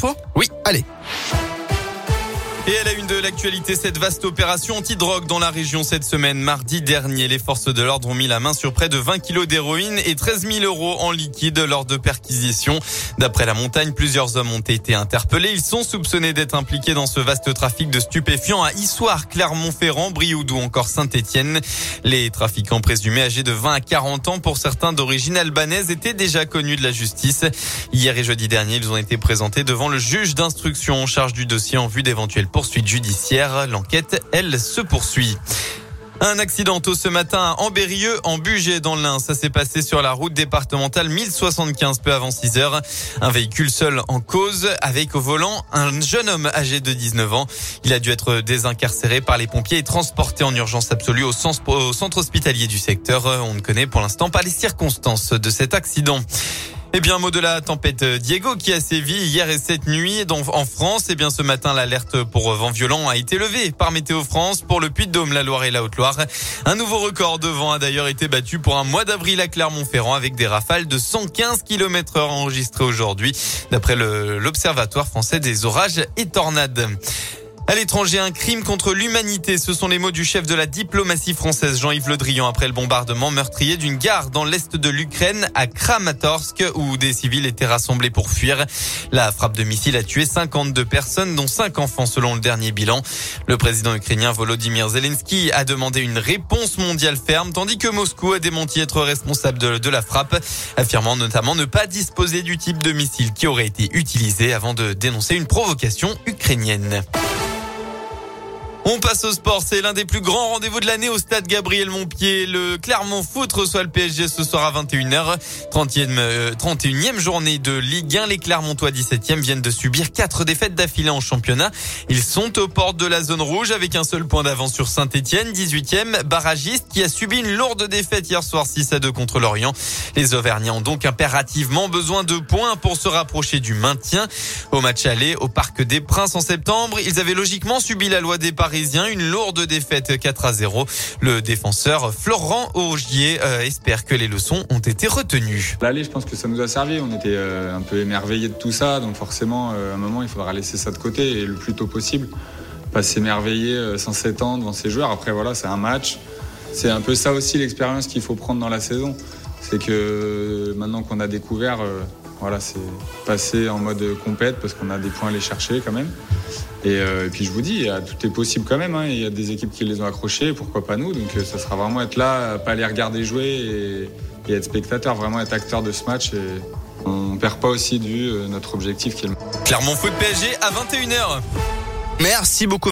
infos ? Oui. Allez. Et à la une de l'actualité, cette vaste opération anti-drogue dans la région cette semaine. Mardi dernier, les forces de l'ordre ont mis la main sur près de 20 kilos d'héroïne et 13 000 euros en liquide lors de perquisitions. D'après La Montagne, plusieurs hommes ont été interpellés. Ils sont soupçonnés d'être impliqués dans ce vaste trafic de stupéfiants à Issoire, Clermont-Ferrand, Brioude ou encore Saint-Étienne. Les trafiquants présumés âgés de 20 à 40 ans, pour certains d'origine albanaise, étaient déjà connus de la justice. Hier et jeudi dernier, ils ont été présentés devant le juge d'instruction en charge du dossier en vue d'éventuelles poursuite judiciaire. L'enquête, elle, se poursuit. Un accident tôt ce matin à Ambérieux, en Bugey, dans l'Ain. Ça s'est passé sur la route départementale 1075, peu avant 6 heures. Un véhicule seul en cause, avec au volant un jeune homme âgé de 19 ans. Il a dû être désincarcéré par les pompiers et transporté en urgence absolue au centre hospitalier du secteur. On ne connaît pour l'instant pas les circonstances de cet accident. Eh bien, un mot de la tempête Diego qui a sévi hier et cette nuit en France. Eh bien, ce matin, l'alerte pour vent violent a été levée par Météo France pour le Puy-de-Dôme, la Loire et la Haute-Loire. Un nouveau record de vent a d'ailleurs été battu pour un mois d'avril à Clermont-Ferrand avec des rafales de 115 km/h enregistrées aujourd'hui, d'après l'Observatoire français des orages et tornades. À l'étranger, un crime contre l'humanité. Ce sont les mots du chef de la diplomatie française, Jean-Yves Le Drian, après le bombardement meurtrier d'une gare dans l'est de l'Ukraine, à Kramatorsk, où des civils étaient rassemblés pour fuir. La frappe de missile a tué 52 personnes, dont 5 enfants, selon le dernier bilan. Le président ukrainien Volodymyr Zelensky a demandé une réponse mondiale ferme, tandis que Moscou a démenti être responsable de la frappe, affirmant notamment ne pas disposer du type de missile qui aurait été utilisé, avant de dénoncer une provocation ukrainienne. On passe au sport, c'est l'un des plus grands rendez-vous de l'année au stade Gabriel Montpied. Le Clermont Foot reçoit le PSG ce soir à 21h. 31e journée de Ligue 1. Les Clermontois 17e viennent de subir 4 défaites d'affilée en championnat. Ils sont aux portes de la zone rouge avec un seul point d'avance sur Saint-Étienne, 18e, barragiste qui a subi une lourde défaite hier soir 6-2 contre Lorient. Les Auvergnats ont donc impérativement besoin de points pour se rapprocher du maintien. Au match aller au Parc des Princes en septembre, ils avaient logiquement subi la loi des Parisien, une lourde défaite 4-0. Le défenseur Florent Augier espère que les leçons ont été retenues. L'aller, je pense que ça nous a servi. On était un peu émerveillés de tout ça, donc forcément, à un moment, il faudra laisser ça de côté et le plus tôt possible. Pas s'émerveiller sans s'étendre devant ses joueurs. Après, voilà, c'est un match. C'est un peu ça aussi l'expérience qu'il faut prendre dans la saison. C'est que maintenant qu'on a découvert, voilà, c'est passer en mode compète parce qu'on a des points à aller chercher quand même. Et puis je vous dis, tout est possible quand même. Il y a des équipes qui les ont accrochés, pourquoi pas nous. Donc ça sera vraiment être là, pas les regarder jouer et être spectateur, vraiment être acteur de ce match. Et on perd pas aussi de vue notre objectif qui est le... Clermont Foot PSG à 21h. Merci beaucoup.